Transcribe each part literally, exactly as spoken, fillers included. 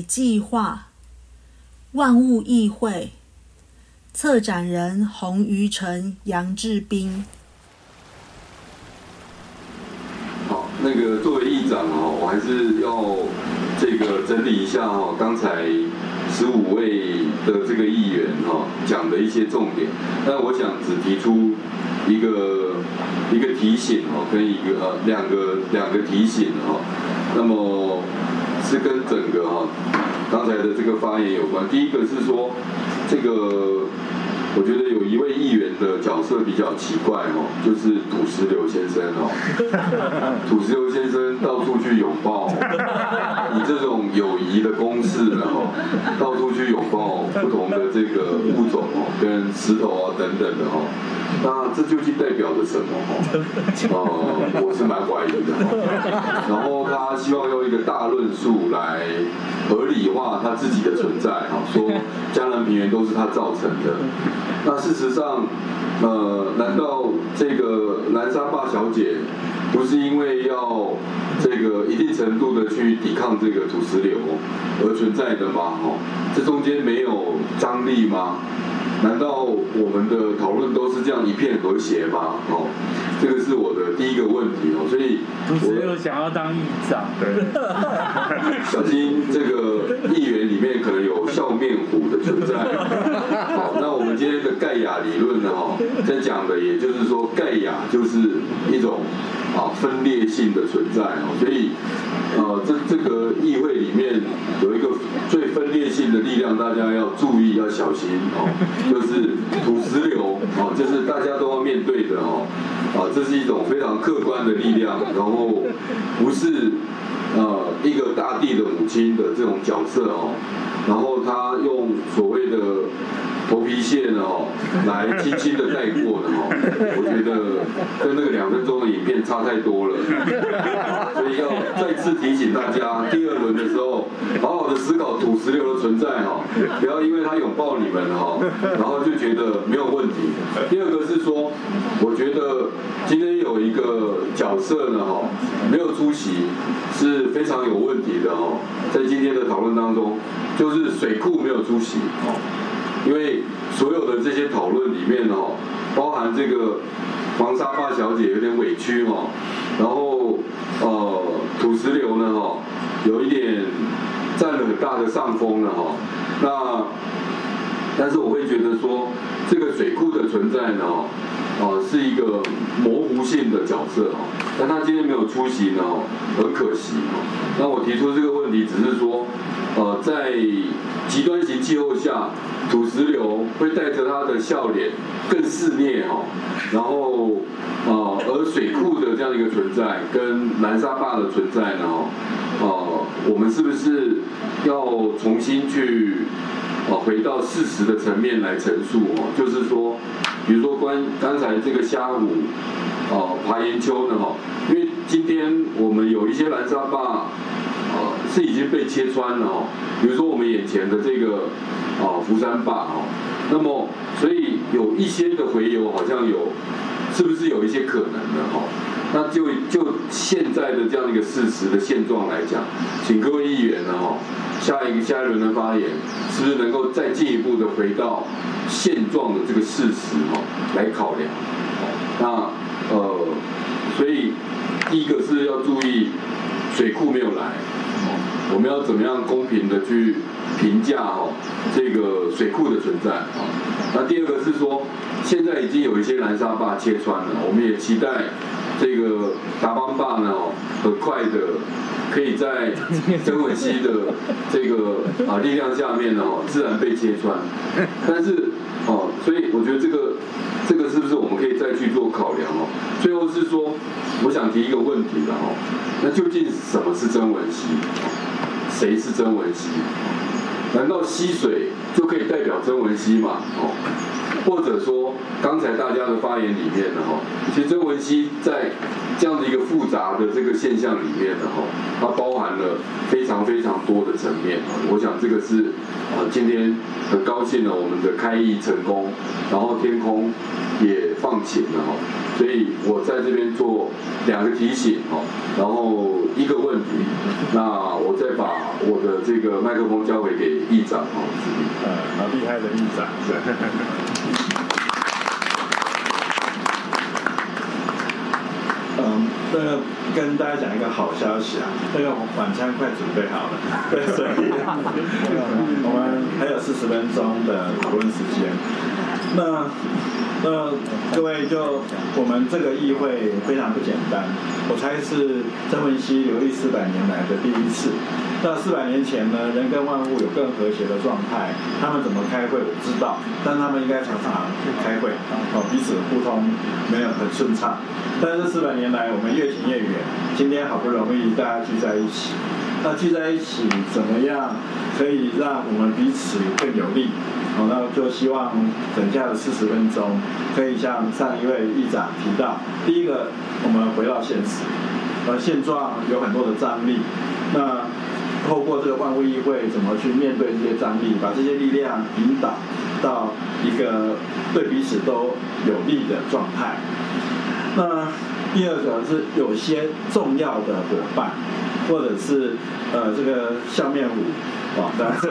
计划，万物议会，策展人洪于成、杨志斌。 好，那个作为议长哦，我还是要这个整理一下哈，刚才十五位的这个议员哈讲的一些重点，但我想只提出一个一个提醒哦，跟一个呃两个两个提醒哈，那么是跟整个哈刚才的这个发言有关。第一个是说这个。我觉得有一位议员的角色比较奇怪哦，就是土石流先生哦。土石流先生到处去拥抱，以这种友谊的公式呢哦，到处去拥抱不同的这个物种哦，跟石头啊等等的哦。那这究竟代表着什么哦？呃，我是蛮怀疑的哦。然后他希望用一个大论述来合理化他自己的存在哈，说嘉南平原都是他造成的。那事实上，呃，难道这个兰沙坝小姐不是因为要这个一定程度的去抵抗这个土石流而存在的吗？哦，这中间没有张力吗？难道我们的讨论都是这样一片和谐吗？哦，这个是我的第一个问题哦，所以土石流想要当议长，对， 小心这个议员里面可能有笑面虎的存在。好，那我们今天的盖亚理论呢？哈，在讲的也就是说，盖亚就是一种啊分裂性的存在哦，所以呃，这这个议会里面有一个最分裂性的力量，大家要注意，要小心哦。就是土石流哦，就是大家都要面对的哦，啊，这是一种非常客观的力量，然后不是呃一个大地的母亲的这种角色哦，然后他用所谓的头皮屑呢哦，来轻轻的带过的哦，我觉得跟那个两分钟的影片差太多了，所以要再次提醒大家，第二轮的时候，好好的思考土石流的存在哈，不要因为他拥抱你们哈，然后就觉得没有问题。第二个是说，我觉得今天有一个角色呢哈，没有出席是非常有问题的哈，在今天的讨论当中，就是水库没有出席哦。因为所有的这些讨论里面哦，包含这个黄沙坝小姐有点委屈哦，然后呃土石流呢哈，有一点占了很大的上风了哈。那但是我会觉得说，这个水库的存在呢哦，呃是一个模糊性的角色哦，但他今天没有出席呢哦，很可惜哦。那我提出这个问题，只是说。呃，在极端型气候下，土石流会带着它的笑脸更肆虐哈，然后呃，而水库的这样一个存在跟兰沙坝的存在呢，呃，我们是不是要重新去呃回到事实的层面来陈述哦？就是说，比如说关刚才这个虾虎哦、呃、爬岩丘呢哈，因为今天我们有一些兰沙坝。呃，是已经被切穿了哦。比如说我们眼前的这个啊福山坝哦，那么所以有一些的回游好像有，是不是有一些可能的哈？那就就现在的这样一个事实的现状来讲，请各位议员呢哈，下一个下一轮的发言，是不是能够再进一步的回到现状的这个事实哈来考量？那呃，所以第一个是要注意水库没有来。我们要怎么样公平的去评价哈这个水库的存在啊？那第二个是说，现在已经有一些兰沙坝切穿了，我们也期待这个达邦坝呢，很快的可以在曾文溪的这个啊力量下面呢，自然被切穿。但是哦，所以我觉得这个这个是不是我们可以再去做考量哦？最后是说，我想提一个问题了哦，那究竟什么是曾文溪？谁是曾文溪？难道溪水就可以代表曾文溪吗？哦， 或者说刚才大家的发言里面呢哈，其实曾文溪在这样的一个复杂的这个现象里面呢哈，它包含了非常非常多的层面啊。我想这个是啊，今天很高兴呢，我们的开议成功，然后天空也放晴了哈。所以我在这边做两个提醒哈，然后一个问题，那我再把我的这个麦克风交回给议长哈。 呃，好厉害的议长，是。 嗯，这个跟大家讲一个好消息啊，这个晚餐快准备好了，对，所以我们还有四十分钟的讨论时间。那那各位就我们这个议会非常不简单，我猜是曾文溪流域四百年来的第一次。那四百年前呢，人跟万物有更和谐的状态，他们怎么开会我不知道，但他们应该常常开会，哦，彼此互通没有很顺畅。但是四百年来，我们越行越远，今天好不容易大家聚在一起，那聚在一起怎么样可以让我们彼此更有利？好，那就希望等下的四十分钟，可以像上一位议长提到，第一个，我们回到现实，呃，现状有很多的张力，那透过这个万物议会，怎么去面对这些张力，把这些力量引导到一个对彼此都有利的状态。那第二个是有些重要的伙伴，或者是呃这个笑面虎，哇，当然。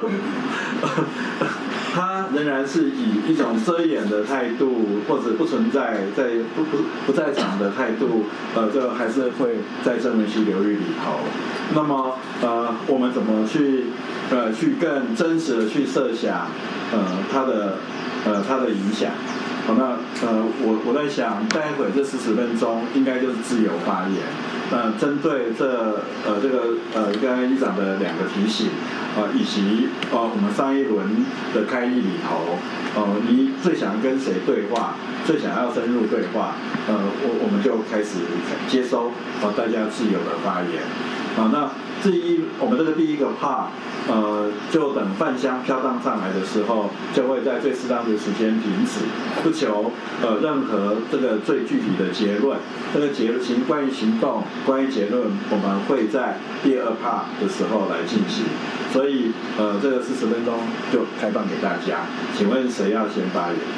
他仍然是以一种遮掩的态度，或者不存在在不不不在场的态度，呃，这还是会在曾文溪流域里头。那么，呃，我们怎么去呃去更真实的去设想，呃，它的呃它的影响？好，那呃我我在想，待会这四十分钟应该就是自由发言。呃，针对这呃这个呃刚才议长的两个提醒，呃以及呃我们上一轮的开议里头，呃你最想跟谁对话，最想要深入对话，呃我我们就开始接收呃大家自由的发言。啊，那至于我们这个第一个 part， 呃，就等饭香飘荡上来的时候，就会在最适当的时间停止，不求呃任何这个最具体的结论。这个结行关于行动，关于结论，我们会在第二 part 的时候来进行。所以呃，这个四十分钟就开放给大家。请问谁要先发言？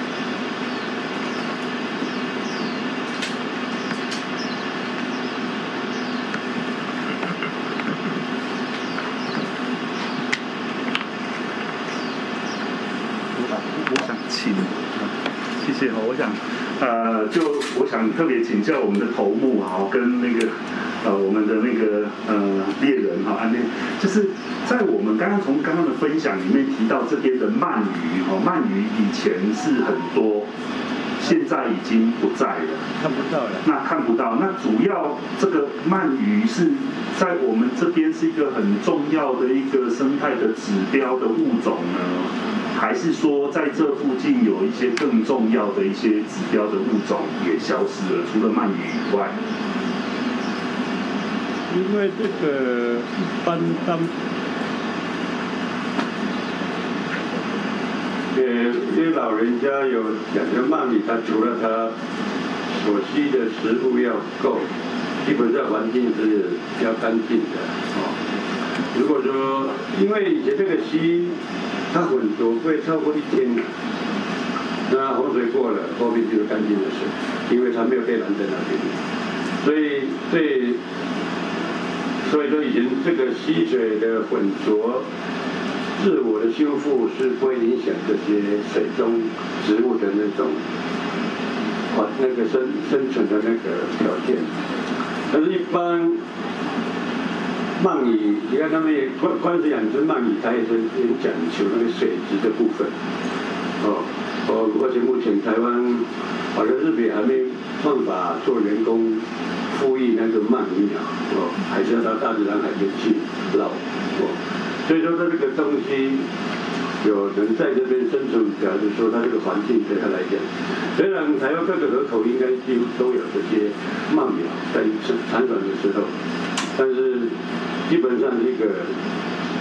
我想请，谢谢哈。我想，呃，就我想特别请教我们的头目哈，跟那个呃我们的那个呃猎人哈，安内，就是在我们刚刚从刚刚的分享里面提到这边的鳗鱼哈，鳗鱼以前是很多，现在已经不在了， 看不到了。 那看不到，那主要这个鳗鱼是在我们这边是一个很重要的一个生态的指标的物种呢？还是说在这附近有一些更重要的一些指标的物种也消失了？除了鳗鱼以外， 因为这个一般他们， 呃，因为老人家有讲的鳗鱼，它除了它所需的食物要够，基本上环境是要干净的哦。如果说因为以前这个溪。它浑浊会超过一天的，那洪水过了，后面就是干净的水，因为它没有被拦在那边，所以对，所以说以前这个溪水的浑浊，自我的修复是不会影响这些水中植物的那种，啊那个生生存的那个条件，但是一般。鳗鱼，你看他们也光光是养殖鳗鱼，它也是很讲求那个水质的部分。哦，哦，而且目前台湾好像日本还没办法做人工复育那个鳗鱼苗，哦，还是要到大自然海边去捞。哦，所以说它这个东西有人在这边生存，表示说它这个环境对他来讲，虽然台湾各个河口应该几乎都有这些鳗苗在产卵的时候，但是。基本上这个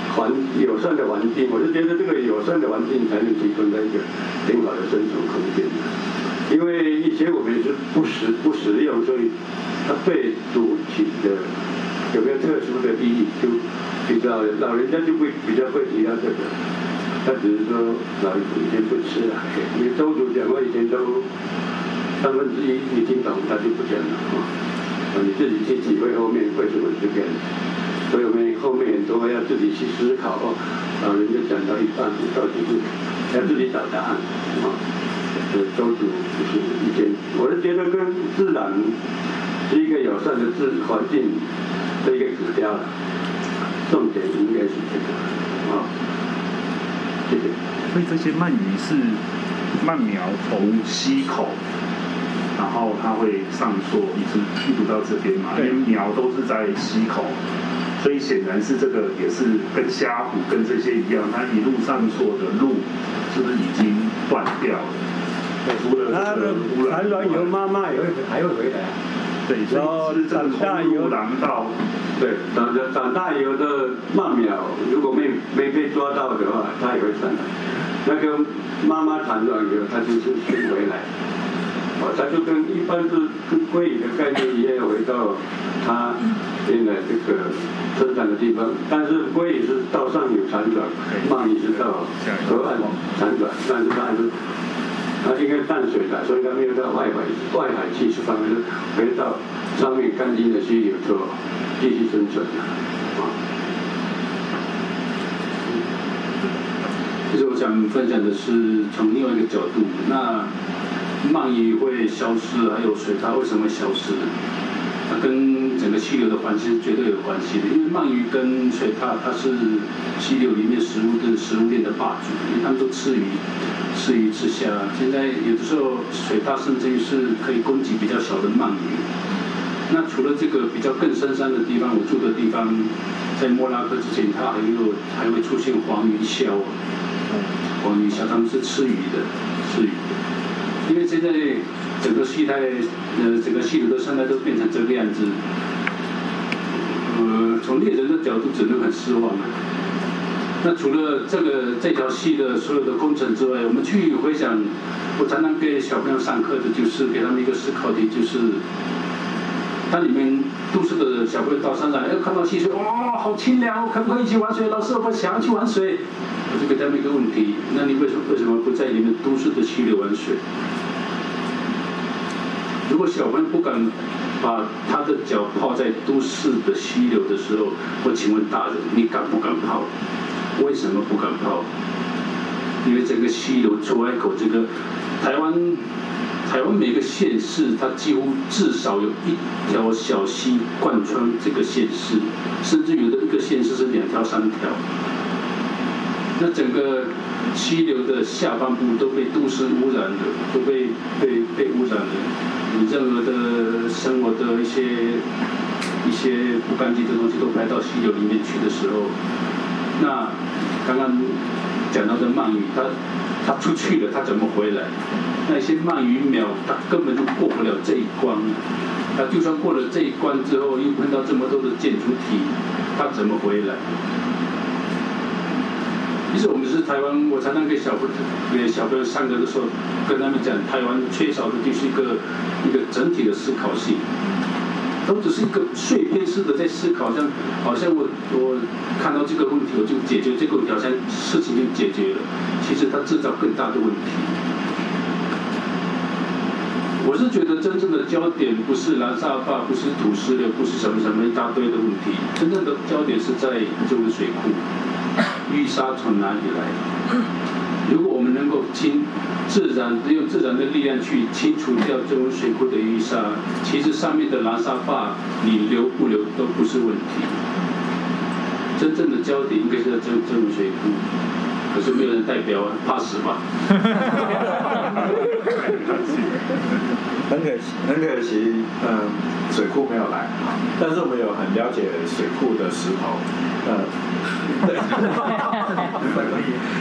环友善的环境，我是觉得这个友善的环境才能提供它一个很好的生存空间。因为以前我们是不食不食用，所以它对主体的有没有特殊的意义，就比较老人家就会比较会提到这个。他只是说老人以前不吃了，因为周主讲话以前都三分之一你听懂，他就不讲了啊。你自己去体会后面为什么这个。所以我们后面很多要自己去思考哦，老人就讲到一半，到底是要自己找答案啊。呃，周主就是以前，我是觉得跟自然是一个友善的自环境的一个指标了，重点应该是这个啊。谢谢。 所以这些鳗鱼是鳗苗从溪口。然后它会上溯，一直一直到这边嘛，因为苗都是在溪口，所以显然是这个也是跟虾虎跟这些一样，它一路上溯的路是不是已经断掉了？除了它的产卵以后，妈妈也会还会回来。 对， 然后长大以后， 廊道， 对，长长大以后的鳗苗，如果没没被抓到的话，它也会上来。那个妈妈产卵以后，它就是先回来。哦，它就跟一般是跟鲑鱼的概念一样，回到它原来这个生产的地方。但是鲑鱼是到上游产卵，鳗鱼是到河岸产卵，但是它还是它应该淡水的，所以它没有到外海外海去，是反而回到上面干净的溪流做继续生存的。啊。 其实我想分享的是从另外一个角度，那。鳗鱼会消失，还有水獭为什么会消失？它跟整个溪流的环境绝对有关系的。因为鳗鱼跟水獭，它是溪流里面食物的食物链的霸主，因为它们都吃鱼、吃鱼吃虾。现在有的时候水獭甚至于是可以攻击比较小的鳗鱼。那除了这个比较更深山的地方，我住的地方，在莫拉克之前，它还有还会出现黄鱼鸮。黄鱼鸮它们是吃鱼的，吃鱼的。因为现在整个系态，呃，整个溪流的生态都变成这个样子，呃，从猎人的角度只能很失望了。那除了这个这条溪的所有的工程之外，我们去回想，我常常给小朋友上课的就是给他们一个思考题，就是它里面都市的小朋友到山上，哎，看到溪水，哇、哦，好清凉哦，可不可以一起玩水？老师，我想要去玩水。我就给他们一个问题：那你为什么为什么不在你们都市的溪流玩水？如果小朋友不敢把他的脚泡在都市的溪流的时候，我请问大人，你敢不敢泡？为什么不敢泡？因为这个溪流出海口，这个台湾台湾每个县市，它几乎至少有一条小溪贯穿这个县市，甚至有的一个县市是两条、三条。那整个溪流的下半部都被都市污染的，都被被被污染的。你任何的生活的一些一些不干净的东西都排到溪流里面去的时候，那刚刚讲到的鳗鱼，它它出去了，它怎么回来？那些鳗鱼苗，它根本就过不了这一关。那就算过了这一关之后，又碰到这么多的建筑体，它怎么回来？其实我们是台湾，我常常给小朋友给小朋友上课的时候，跟他们讲，台湾缺少的就是一个一个整体的思考性，都只是一个碎片式的在思考，像好像我我看到这个问题，我就解决这个问题，好像事情就解决了，其实它制造更大的问题。我是觉得真正的焦点不是蓝沙坝，不是土石流，不是什么什么一大堆的问题，真正的焦点是在这个水库。淤沙从哪里来？如果我们能够清自然用自然的力量去清除掉这种水库的淤沙，其实上面的蓝沙坝你流不流都不是问题。真正的焦点应该是在这这种水库，可是没有人代表啊，怕死吧？ 很可惜，很可惜，嗯，水库没有来，但是我们有很了解水库的石头，嗯，对，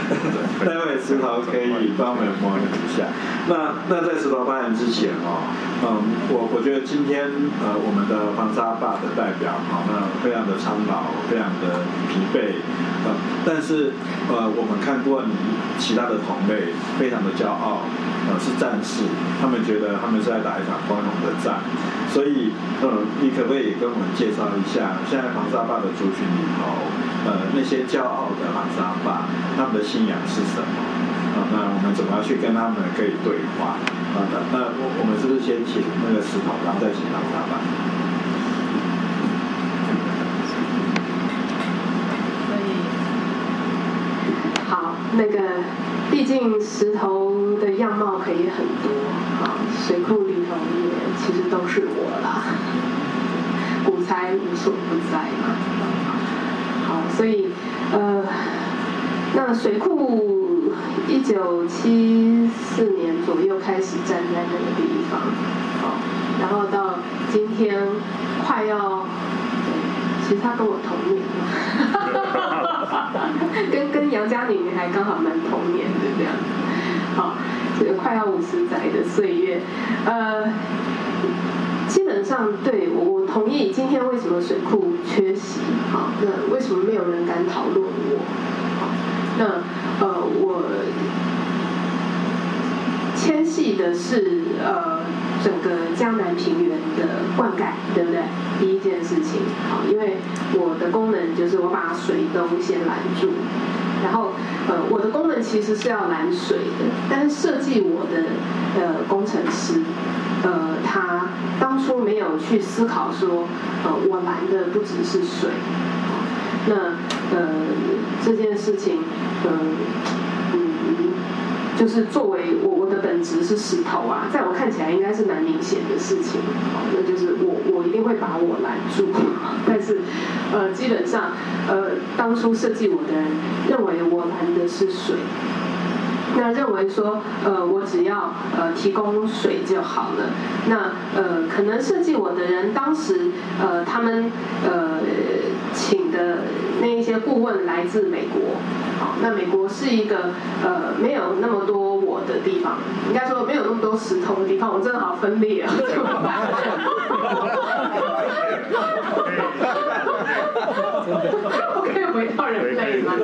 待会石头可以帮我们模拟一下。那那在石头发言之前哦， 嗯，我我觉得今天呃我们的黄沙坝的代表，好，那非常的苍老，非常的疲惫，呃，但是呃我们看过你其他的同类，非常的骄傲，呃是战士，他们觉得他们是在打一场光荣的战，所以呃你可不可以跟我们介绍一下，现在黄沙坝的族群里头，呃那些骄傲的黄沙坝，他们的信仰是什么？啊，那我们怎么样去跟他们可以对话？啊，那那我我们是不是先请那个石头，然后再请黄沙坝？ 所以，好，那个，毕竟石头的样貌可以很多，啊，水库里头也其实都是我啦，古材无所不在嘛。好，所以，呃，那水库。一九七四年左右开始站在那个地方，好，然后到今天快要，其实他跟我同年跟跟杨嘉玲还刚好蛮同年的这样子，好，这个快要五十载的岁月，呃，基本上对我我同意，今天为什么水库缺席，好，那为什么没有人敢讨论我，好，那。呃，我牵系的是呃整个江南平原的灌溉，对不对？第一件事情，好，因为我的功能就是我把水东先拦住，然后呃我的功能其实是要拦水的，但是设计我的呃工程师，呃他当初没有去思考说，呃我拦的不只是水，那呃这件事情。嗯嗯，就是作为我我的本质是石头啊，在我看起来应该是蛮明显的事情，好，那就是我我一定会把我拦住，但是呃基本上呃当初设计我的人认为我拦的是水。那认为说，呃，我只要呃提供水就好了。那呃，可能设计我的人当时，呃，他们呃请的那一些顾问来自美国，好，那美国是一个呃没有那么多我的地方，应该说没有那么多石头的地方，我真的好分裂啊，怎么办？我可以回到人类吗？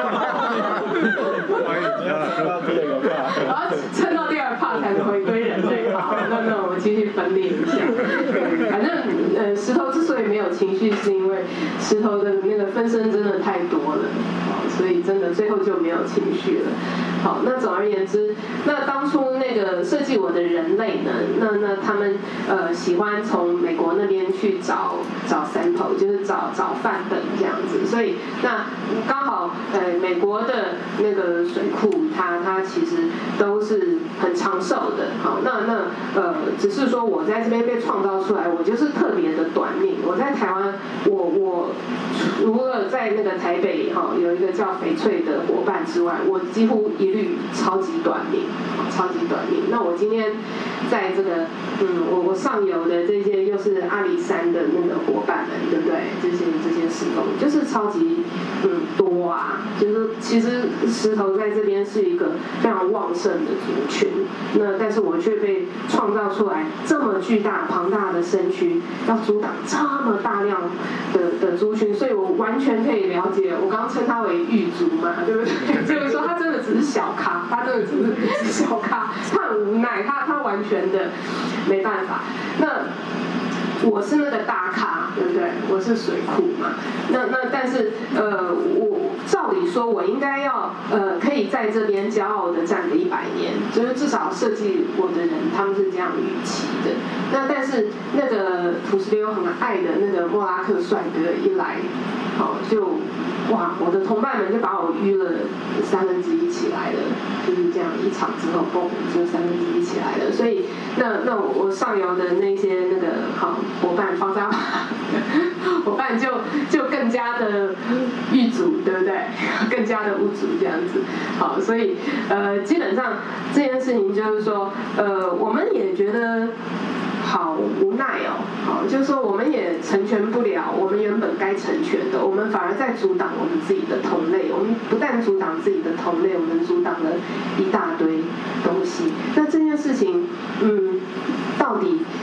然后撑到第二趴才能回归人类。好，那那我们继续分裂一下。反正呃，石头之所以没有情绪，是因为石头的那个分身真的太多了，好，所以真的最后就没有情绪了。好，那总而言之，那当初那个设计我的人类呢，那那他们呃喜欢从美国那边去找找 sample， 就是找找范本这样子，所以那刚好呃美国的那个水库，它它其实都是很长寿的，好，那那呃只是说我在这边被创造出来，我就是特别的短命。我在台湾，我我除了在那个台北哈有一个叫翡翠的伙伴之外，我几乎一律超级短命，超级短命。那我今天在这个嗯我我上游的这些又是阿里山的那个伙伴们，对不对？这些这些石头就是超级嗯多啊，就是其实石头在这边是一个非常旺盛的族群，那但是我却被创造出来这么巨大庞大的身躯，要阻挡这么大量的的族群，所以我完全可以了解，我刚刚称它为狱卒嘛，对不对？就是说他真的只是小咖，他真的只是小咖，他很无奈，他他完全的没办法。那我是那个大咖，对不对？我是水库嘛。那那但是呃，我照理说，我应该要呃，可以在这边骄傲的站个一百年，就是至少设计我的人他们是这样预期的。那但是那个土石流很爱的那个莫拉克帅哥一来，好就哇，我的同伴们就把我淤了三分之一起来了，就是这样一场之后，嘣，就三分之一起来了。所以那那我上游的那些那个好伙伴方沙伙伴就就更加的狱卒，对不对？更加的无足这样子。好，所以呃，基本上这件事情就是说，呃，我们也觉得好无奈哦，好，就是说我们也成全不了我们原本该成全的，我们反而在阻挡我们自己的同类。我们不但阻挡自己的同类，我们阻挡了一大堆东西。那这件事情，嗯，到底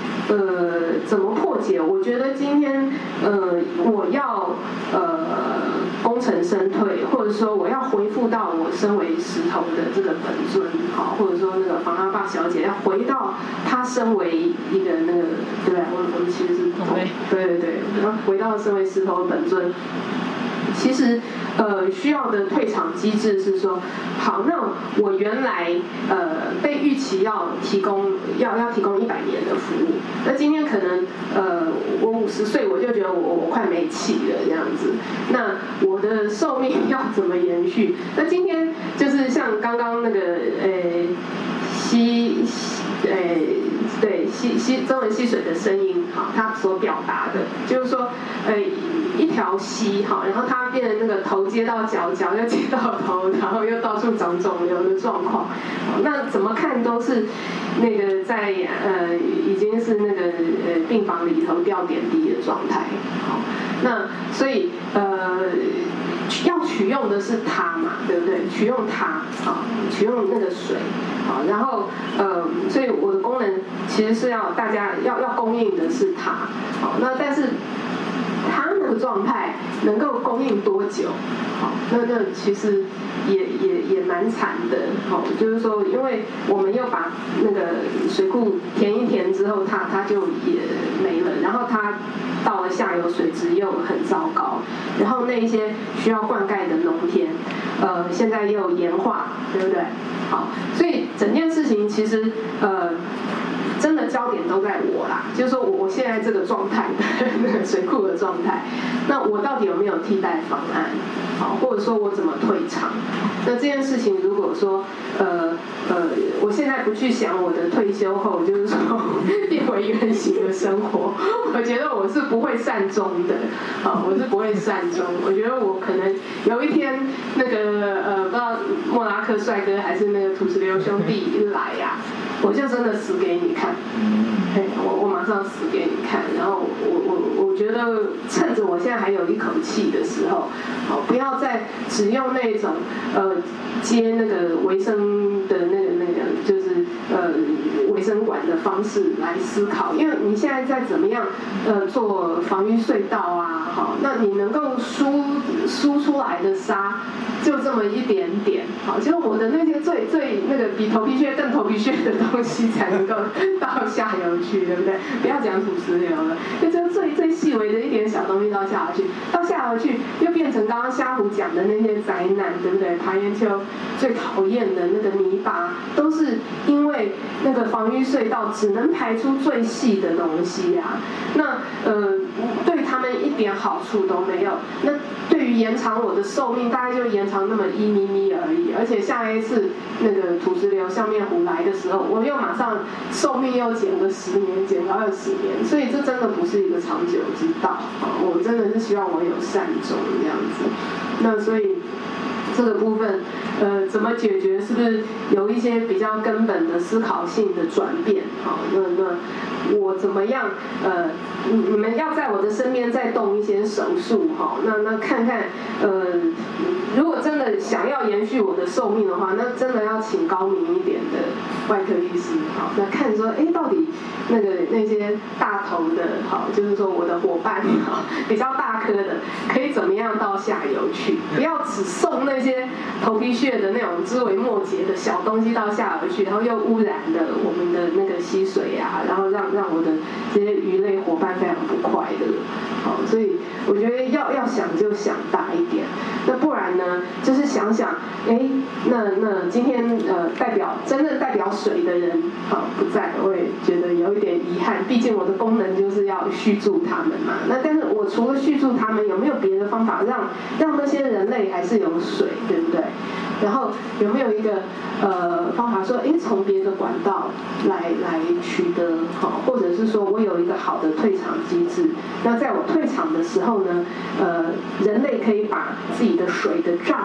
得今天呃我要呃功成身退，或者说我要恢复到我身为石头的这个本尊，好，或者说那个房阿爸小姐要回到她身为一个那个对不对？我我们其实是对对对，然后回到身为石头的本尊。其实，呃，需要的退场机制是说，好，那我原来呃被预期要提供要要提供一百年的服务，那今天可能呃我五十岁我就觉得我我快没气了这样子，那我的寿命要怎么延续？那今天就是像刚刚那个呃吸呃对吸吸中文溪水的声音，好，他所表达的就是说，呃。一条溪哈，然后它变成那个头接到脚，脚又接到头，然后又到处长肿瘤的状况。那怎么看都是那个在呃已经是那个呃病房里头吊点滴的状态。好，那所以呃要取用的是它嘛，对不对？取用它啊，取用那个水。好，然后呃，所以我的功能其实是要大家要要供应的是它。好，那但是。它那个状态能够供应多久？好，那那其实也也也蛮惨的。好，就是说，因为我们又把那个水库填一填之后，它它就也没了，然后它到了下游水质又很糟糕，然后那一些需要灌溉的农田，呃，现在又盐化，对不对？好，所以整件事情其实呃。真的焦点都在我啦，就是说我我现在这个状态，那个水库的状态，那我到底有没有替代方案？好，或者说我怎么退场？那这件事情如果说呃呃，我现在不去想我的退休后，就是说变回原形的生活，我觉得我是不会善终的，好，我是不会善终。我觉得我可能有一天那个呃，不知道莫拉克帅哥还是那个土石流兄弟一来呀、啊。我就真的死给你看，嘿，我我马上死给你看。然后我我我觉得趁着我现在还有一口气的时候，好，不要再只用那种呃接那个维生的那个那个就是呃维生管的方式来思考，因为你现在再怎么样呃做防御隧道啊，好，那你能够输输出来的沙就这么一点点，好，就是我的那些最最那个比头皮屑更头皮屑的东西才能够到下游去，对不对？不要讲土石流了，就这最最细微的一点小东西到下游去，到下游去又变成刚刚虾虎讲的那些灾难，对不对？爬岩丘最讨厌的那个泥巴，都是因为那个防御隧道只能排出最细的东西啊，那呃对他们一点好处都没有。那对于延长我的寿命，大概就延长那么一咪咪而已，而且下一次那个土石流相面湖来的时候，我又马上寿命又减个十年，减个二十年，所以这真的不是一个长久之道啊！我真的是希望我有善终这样子。那所以这个部分，呃，怎么解决？是不是有一些比较根本的思考性的转变？好，那那我怎么样？呃，你们要在我的身边再动一些手术，哈，那那看看，呃，如果真的想要延续我的寿命的话，那真的要请高明一点的外科医师，好，那看说，哎，到底那个那些大头的，好，就是说我的伙伴，好，比较大颗的，可以怎么样到下游去？不要只送那些头皮屑的那种枝微末节的小东西到下游去，然后又污染了我们的那个溪水啊，然后让让我的这些鱼类伙伴非常不快乐。好，所以我觉得要要想就想大一点，那不然呢，就是想想，哎，那那今天呃代表真正代表水的人好不在，我也觉得有一点遗憾，毕竟我的功能就是要续住他们嘛。那但是我除了续住他们，有没有别的方法让让那些人类还是有水，对不对？然后有没有一个呃方法说，哎，从别的管道来来取得好，或者是说我有一个好的退场机制，那在我退场的时候呢，呃，人类可以把自己的水的账给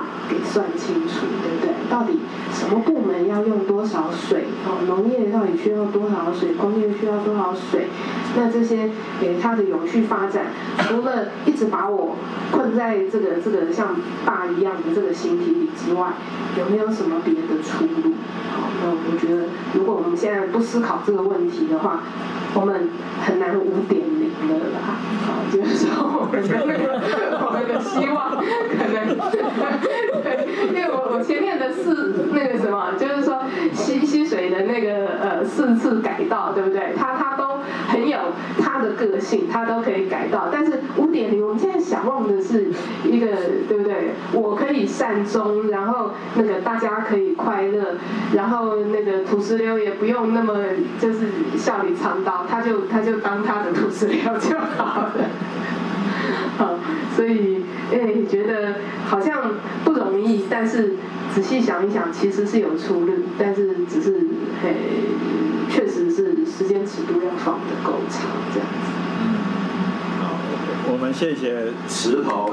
算清楚，对不对？到底什么部门要用多少水？哦，农业到底需要多少水？工业需要多少水？那这些诶，它的永续发展，除了一直把我困在这个这个像坝一样的这个形体里之外，有没有什么别的出路？好，那我觉得，如果我们现在不思考这个问题的话，我们很难五点零了啦。好，就是说我们的那个我们的希望可能，对，因为我我前面的四那个什么，就是说溪溪水的那个呃四次改道，对不对？它它都很有它的个性，它都可以改道。但是五点零，我们现在想望的是一个，对不对？我可以善终，然后那个大家可以快乐，然后那个土石流也不用那么就是笑里藏刀，他就他就当他的土石流就好了。好，所以诶觉得好像不容易，但是仔细想一想，其实是有出路，但是只是嘿，确实是时间尺度要放得够长，这样子。 嗯，好，我们谢谢石头。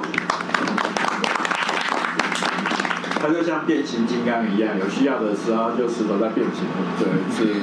它就像变形金刚一样，有需要的时候就石头在变形，对，是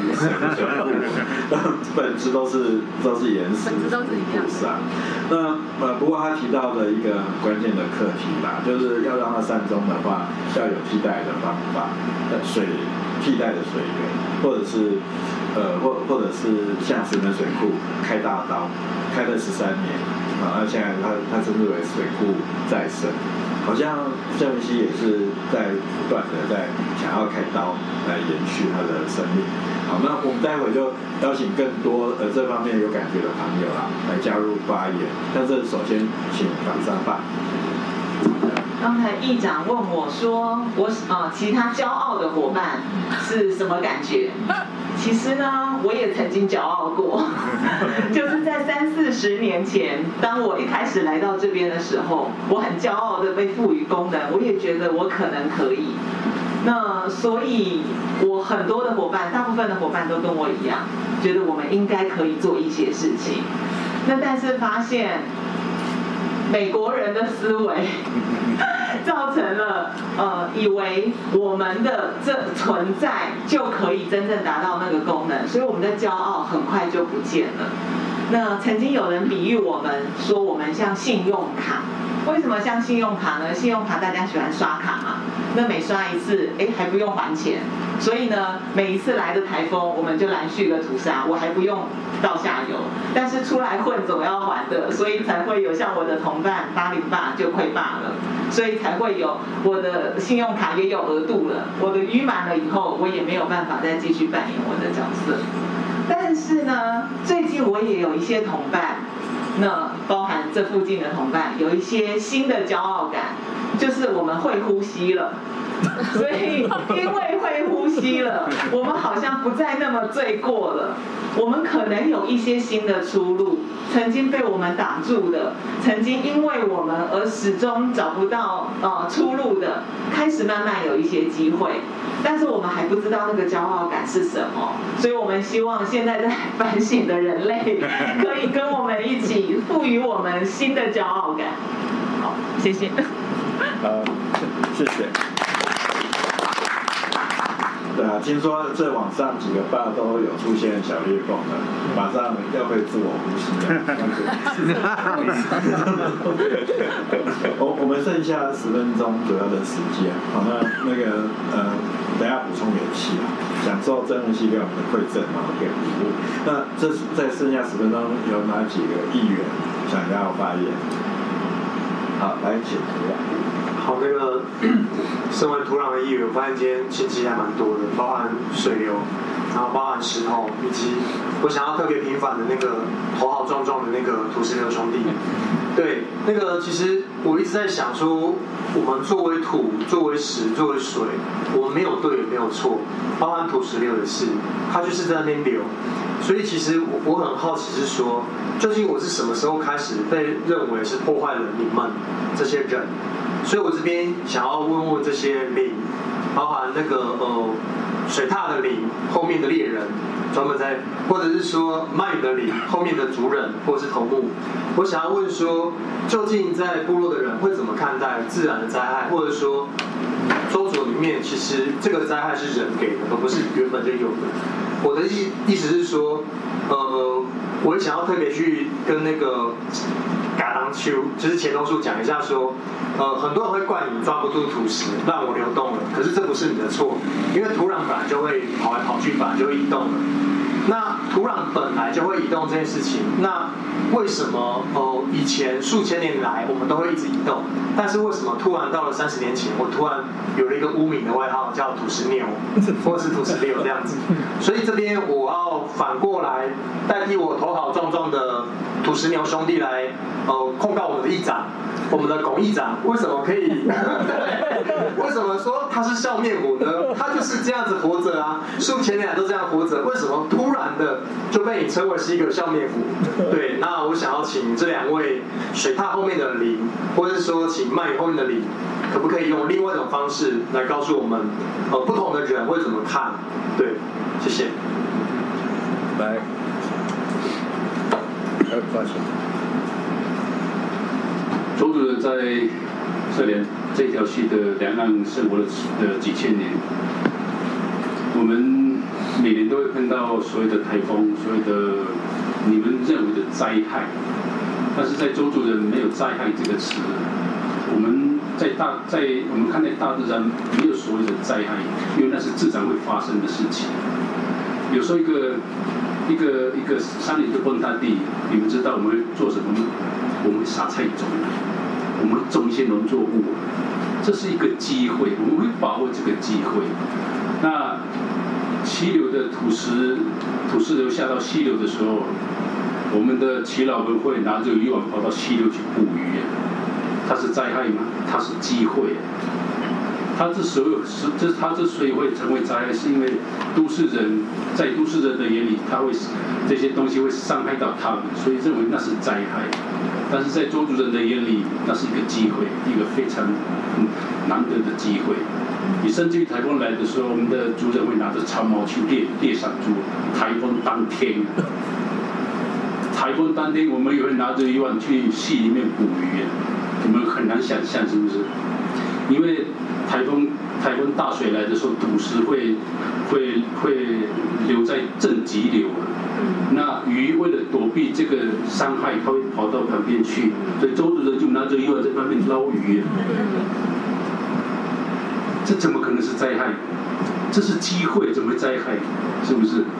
本质都是都是岩石， 本质都是一样。 是啊，那呃，不过他提到的一个很关键的课题啦，就是要让它善终的话，要有替代的方法，呃，水替代的水源，或者是呃，或或者是像石门水库开大刀，开了十三年，啊，那现在它它称之为水库再生。好像郑文熙也是在不断的在想要开刀来延续他的生命。好，那我们待会就邀请更多呃这方面有感觉的朋友啦来加入发言。但是首先请港商办。 刚才议长问我说，我呃其他骄傲的伙伴是什么感觉？其实呢，我也曾经骄傲过，就是在三四十年前，当我一开始来到这边的时候，我很骄傲的被赋予功能，我也觉得我可能可以。那所以，我很多的伙伴，大部分的伙伴都跟我一样，觉得我们应该可以做一些事情。那但是发现，美国人的思维造成了呃，以为我们的这存在就可以真正达到那个功能，所以我们的骄傲很快就不见了。那曾经有人比喻我们说，我们像信用卡。为什么像信用卡呢？信用卡大家喜欢刷卡嘛，那每刷一次，哎，还不用还钱，所以呢，每一次来的台风，我们就来续个屠杀，我还不用到下游，但是出来混总要还的，所以才会有像我的同伴八零八就亏罢了，所以才会有我的信用卡也有额度了，我的余满了以后，我也没有办法再继续扮演我的角色。但是呢，最近我也有一些同伴。那包含这附近的同伴有一些新的骄傲感，就是我们会呼吸了，所以因为会呼吸了，我们好像不再那么罪过了，我们可能有一些新的出路，曾经被我们挡住的，曾经因为我们而始终找不到呃出路的，开始慢慢有一些机会，但是我们还不知道那个骄傲感是什么，所以我们希望现在在反省的人类可以跟我们一起赋予我们新的骄傲感。好，谢谢。 呃，谢谢。对啊，听说这网上几个坝都有出现小裂缝了，马上要会自我呼吸了。我我们剩下十分钟左右的时间，好，那那个呃，等一下补充元气啊，享受真人系给我们的馈赠，然后给服务。那这在剩下十分钟，有哪几个议员想要发言？好，来请土壤。 好，那个身为土壤的议员，我发现今天信息还蛮多的，包含水流，然后包含石头，以及我想要特别平反的那个头好壮壮的那个土石流兄弟。对，那个其实我一直在想说，我们作为土、作为石、作为水，我们没有对也没有错，包含土石流的事，它就是在那边流。所以其实我我很好奇是说，究竟我是什么时候开始被认为是破坏了你们这些人？所以我这边想要问问这些灵，包含那个呃水獭的灵后面的猎人，专门在，或者是说鳗鱼的灵后面的族人或者是头目，我想要问说，究竟在部落的人会怎么看待自然的灾害，或者说周主里面，其实这个灾害是人给的，而不是原本就有的。我的意意思是说，呃，我也想要特别去跟那个嘎当丘，就是钱钟书讲一下说，呃，很多人会怪你抓不住土石，让我流动了，可是这不是你的错，因为土壤本来就会跑来跑去，本来就会移动了。那土壤本来就会移动这件事情，那为什么哦、呃、以前数千年来我们都会一直移动，但是为什么突然到了三十年前，我突然有了一个污名的外号叫土石牛，或者是土石流这样子？所以这边我要反过来代替我头好壮壮的土石牛兄弟来呃控告我们的议长。我们的龚议长为什么可以？为什么说他是笑面虎呢？他就是这样子活着啊，数千年来都这样活着，为什么突然的就被你称为是一个笑面虎？对，那我想要请这两位水獭后面的灵，或者是说请鳗鱼后面的灵，可不可以用另外一种方式来告诉我们，呃，不同的人会怎么看？对，谢谢。 来，呃，抱歉。 周主任在这连这条溪的两岸生活了的几千年，我们每年都会碰到所谓的台风，所谓的你们认为的灾害，但是在周主任没有灾害这个词。我们在大在我们看待大自然没有所谓的灾害，因为那是自然会发生的事情。有时候一个一个一个山林的崩塌地，你们知道我们会做什么吗？我们会撒菜种。我们会种一些农作物，这是一个机会，我们会把握这个机会。那溪流的土石土石流下到溪流的时候，我们的耆老们会拿着渔网跑到溪流去捕鱼，它是灾害吗？它是机会。它之所以是这它之所以会成为灾害，是因为都市人在都市人的眼里，他会这些东西会伤害到他们，所以认为那是灾害。但是在周主任的眼里，那是一个机会，一个非常难得的机会。你甚至于台风来的时候，我们的主任会拿着长矛去猎猎赏猪。台风当天，台风当天，我们也会拿着渔网去溪里面捕鱼。我们很难想象，是不是？因为台风台风大水来的时候，土石会会会留在正急流。那鱼为了躲避这个伤害，它会跑到旁边去，所以周主任就拿着渔网在旁边捞鱼。这怎么可能是灾害？这是机会，怎么会灾害？是不是？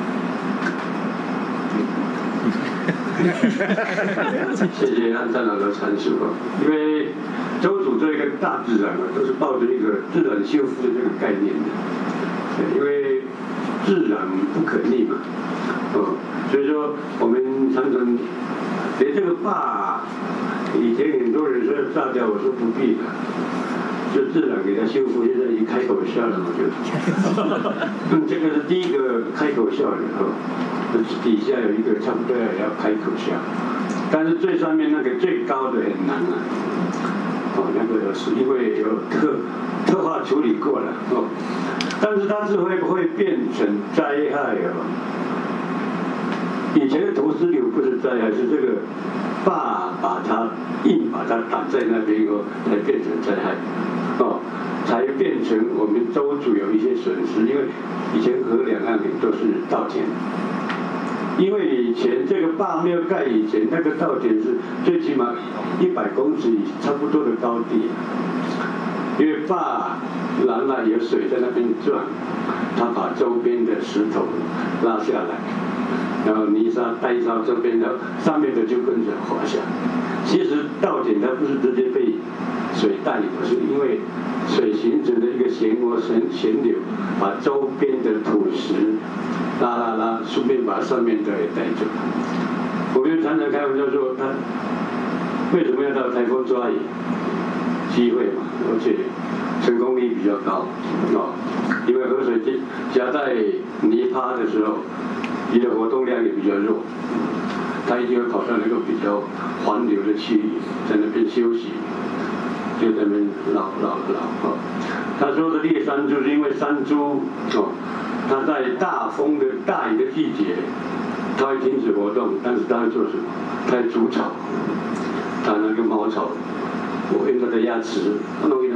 谢谢安站长的阐述啊，因为周主这个大自然啊，都是抱着一个自然修复的这个概念的，对，因为自然不可逆嘛。哦，所以说我们常常连这个坝，以前很多人说要炸掉，我说不必了，就自然给它修复。现在一开口笑了，我就，嗯，这个是第一个开口笑的哦，底下有一个差不多也要开口笑，但是最上面那个最高的很难啊，哦，那个是因为有特特化处理过了哦，但是它是会不会变成灾害哦？以前的土石流不是灾害，是这个坝把它硬把它挡在那边以后，才变成灾害，哦，才变成我们周主有一些损失，因为以前河两岸都是稻田，因为以前这个坝没有盖以前，那个稻田是最起码一百公尺差不多的高地，因为坝然后有水在那边转，它把周边的石头拉下来。然后泥沙带到这边，然后上面的就跟着滑下。其实稻田它不是直接被水带走，是因为水形成的一个漩涡旋旋流，把周边的土石拉拉拉，顺便把上面的也带走。我们常常开玩笑说，他为什么要到台风抓鱼？机会嘛，而且成功率比较高哦，因为河水夹在泥趴的时候。你的活动量也比较弱，它一定会跑到那个比较环流的区域，在那边休息，就在那边捞捞捞哦。他说的猎山猪是因为山猪哦，它在大风的大雨的季节，它会停止活动，但是它会做什么？它会筑巢，它那个茅草，我用它的牙齿弄一弄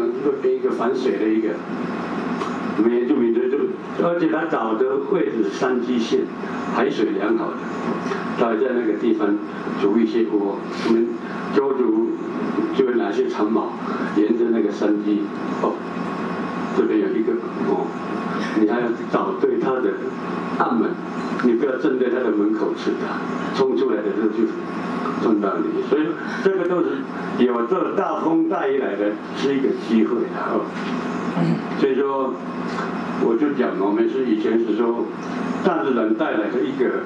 路边一个反水的一个，我们原住民的就，而且它找的位置是山基线，海水良好的，它还在那个地方筑一些窝，我们周族就会拿些长矛，沿着那个山基，哦，这边有一个哦，你还要找对它的暗门，你不要正对它的门口吃它，冲出来的时候就撞到你，所以这个都是有这大风大雨来的是一个机会的哦。所以说，我就讲我们是以前是说，大自然带来的一个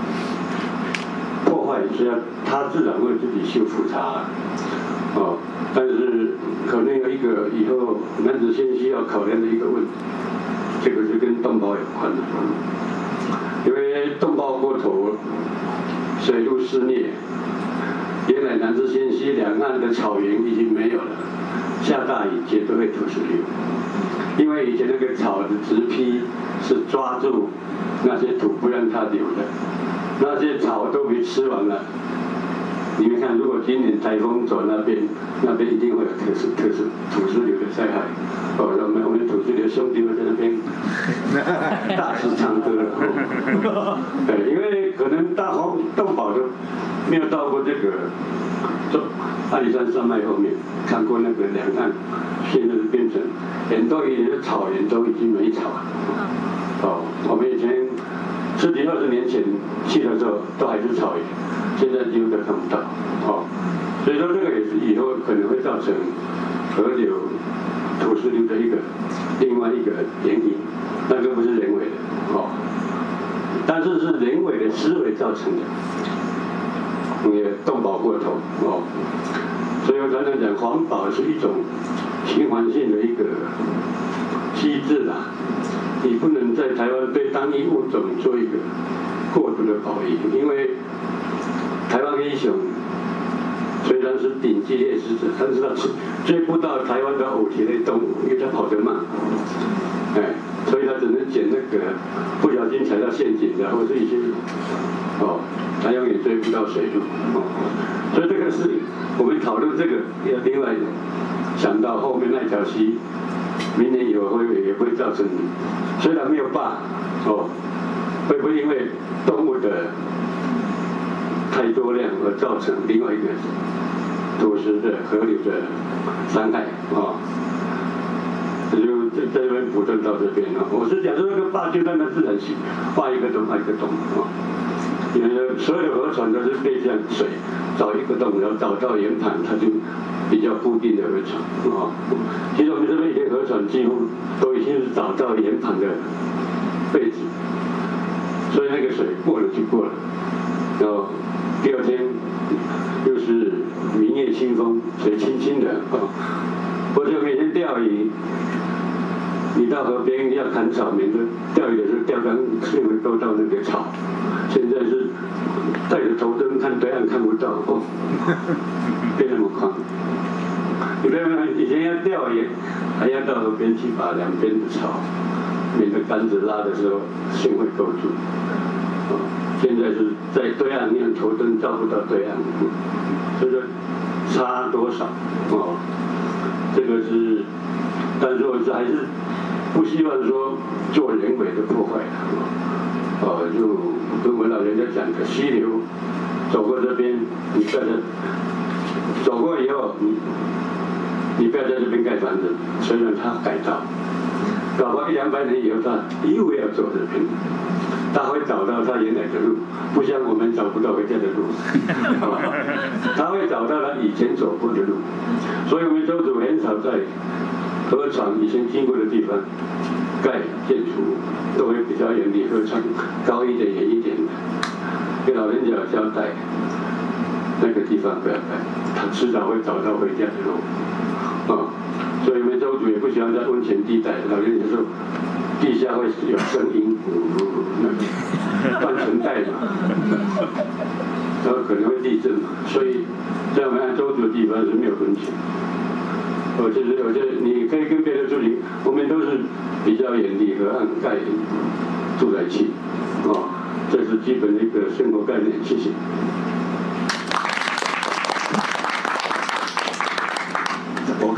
破坏，是要它自然会自己修复它，哦。但是可能有一个以后男子先需要考量的一个问题，这个是跟动保有关的，因为动保过头，水路肆虐。原来南至仙溪两岸的草原已经没有了，下大雨绝对会土石流，因为以前那个草的植批是抓住那些土不让它流的，那些草都被吃完了。你们看，如果今年台风走那边，那边一定会有特殊特殊土石流的灾害。哦，我们我们土石流兄弟会在那边大肆唱歌了。对，因为可能大风动保的没有到过这个，就阿里山山脉后面看过那个两岸，现在是变成很多以前的草原都已经没草了。哦，我们以前十几二十年前去的时候都还是草原。现在几乎都看不到，哦，所以说这个也是以后可能会造成河流土石流的一个另外一个原因，那个不是人为的，哦，但是是人为的思维造成的，也动保过头，哦，所以我常常讲环保是一种循环性的一个机制啦，你不能在台湾对单一物种做一个过度的保育，因为台湾黑熊虽然是顶级猎食者，但是它追不到台湾的偶蹄类动物，因为它跑得慢，哎，所以它只能捡那个不小心踩到陷阱的，或者一些哦，它永远追不到水鹿，哦，所以这个是我们讨论这个要另外想到后面那条溪，明年以后会也会造成，虽然没有坝，哦，会不会因为动物的太多量而造成另外一个土石的河流的伤害啊，这就在这边补充到这边了。我是讲说那个坝就让它自然形，画一个洞画一个洞啊，因为所有的河船都是被这样水找一个洞，然后找到圆盘，它就比较固定的河船啊。其实我们这边一些河船几乎都已经是找到圆盘的位置，所以那个水过了就过了，然后。第二天又是明月清风，水清清的啊。或者每天钓鱼，你到河边要砍草，免得钓鱼的时候钓竿会会勾到那个草。现在是带着头灯看对岸看不到，哦，变那么宽。你看看以前要钓鱼，还要到河边去把两边的草，免得杆子拉的时候线会勾住。现在是在对岸，你用头灯照不到对岸，所以说差多少哦？这个是，但是我是还是不希望说做人为的破坏的，哦，就跟我老人家讲的，溪流走过这边，你不要在走过以后，你你不要在这边盖房子，虽然它改造，搞不好一两百年以后，它又要走这边。他会找到他原来的路，不像我们找不到回家的路，他会找到他以前走过的路，所以我们周主很少在河床以前经过的地方盖建筑物，都会比较远离河床，高一点远一点的，给老人家有交代，那个地方不要盖，他迟早会找到回家的路，啊，所以我们周主也不喜欢在温泉地带，老人家说。地下会有声音，断层带嘛，然后可能会地震嘛，所以在我们按周主的地方是没有温泉。我觉得，我觉得你可以跟别人说，你我们都是比较远离河岸盖住宅区，哦，这是基本的一个生活概念。谢谢。 我刚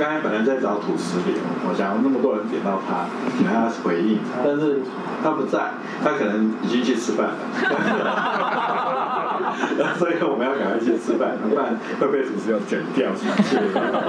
刚才本来在找土石流，我想那么多人点到他，请他回应，但是他不在，他可能已经去吃饭了，所以我们要赶快去吃饭，不然会被土石流卷掉出去。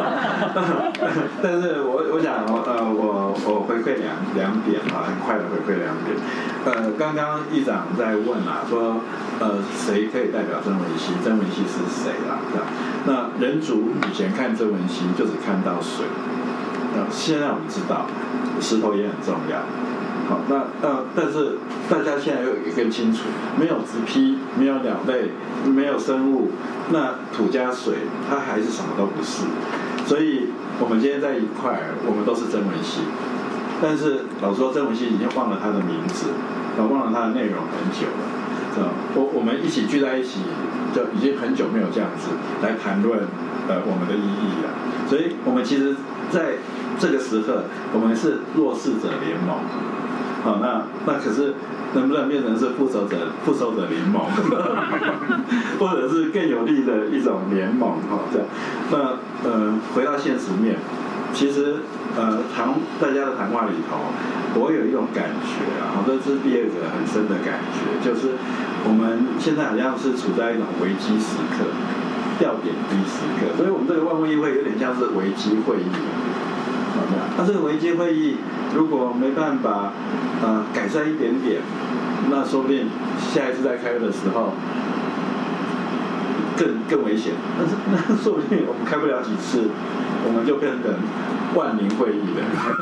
但是我我想呃我我回馈两两点啊，很快的回馈两点。呃，刚刚议长在问啊，说呃谁可以代表曾文熙？曾文熙是谁啦？这样，那人族以前看曾文熙就只看到水，那现在我们知道石头也很重要。好，那呃，但是大家现在又更清楚，没有植批，没有鸟类，没有生物，那土加水，它还是什么都不是。所以我们今天在一块，我们都是曾文熙。但是老实说，曾文熙已经忘了他的名字，忘了他的内容很久了。我我们一起聚在一起，就已经很久没有这样子来谈论呃我们的意义了。所以我们其实在这个时刻，我们是弱势者联盟。好，那那可是能不能变成是复仇者复仇者联盟，或者是更有力的一种联盟？哈，这样。那呃，回到现实面，其实呃谈大家的谈话里头，我有一种感觉啊，这是毕业者很深的感觉，就是我们现在好像是处在一种危机时刻、吊点滴时刻，所以我们这个万物议会有点像是危机会议。那这个危机会议如果没办法呃改善一点点，那说不定下一次再开的时候更更危险。但是那说不定我们开不了几次，我们就变成万宁会议了，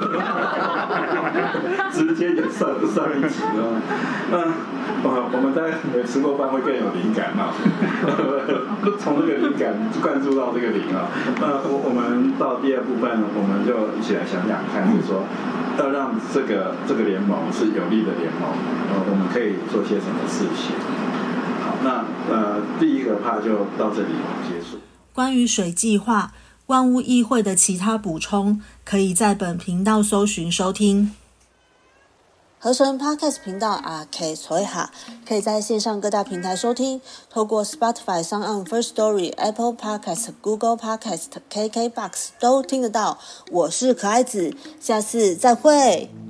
直接就上上一集了。那呃我们大家没吃过饭会更有灵感嘛？从这个灵感灌注到这个灵啊。那我我们到第二部分，我们就一起来想想看，就是说要让这个这个联盟是有力的联盟，呃，我们可以做些什么事情。好，那呃第一个 part 就到这里结束。 关于水计划，万物议会的其他补充，可以在本频道搜寻收听。合成 Podcast 频道阿 K 所以哈，可以在线上各大平台收听，透过 Spotify、SoundOn、Firstory、Apple Podcast、Google Podcast、K K Box 都听得到。我是可爱子，下次再会。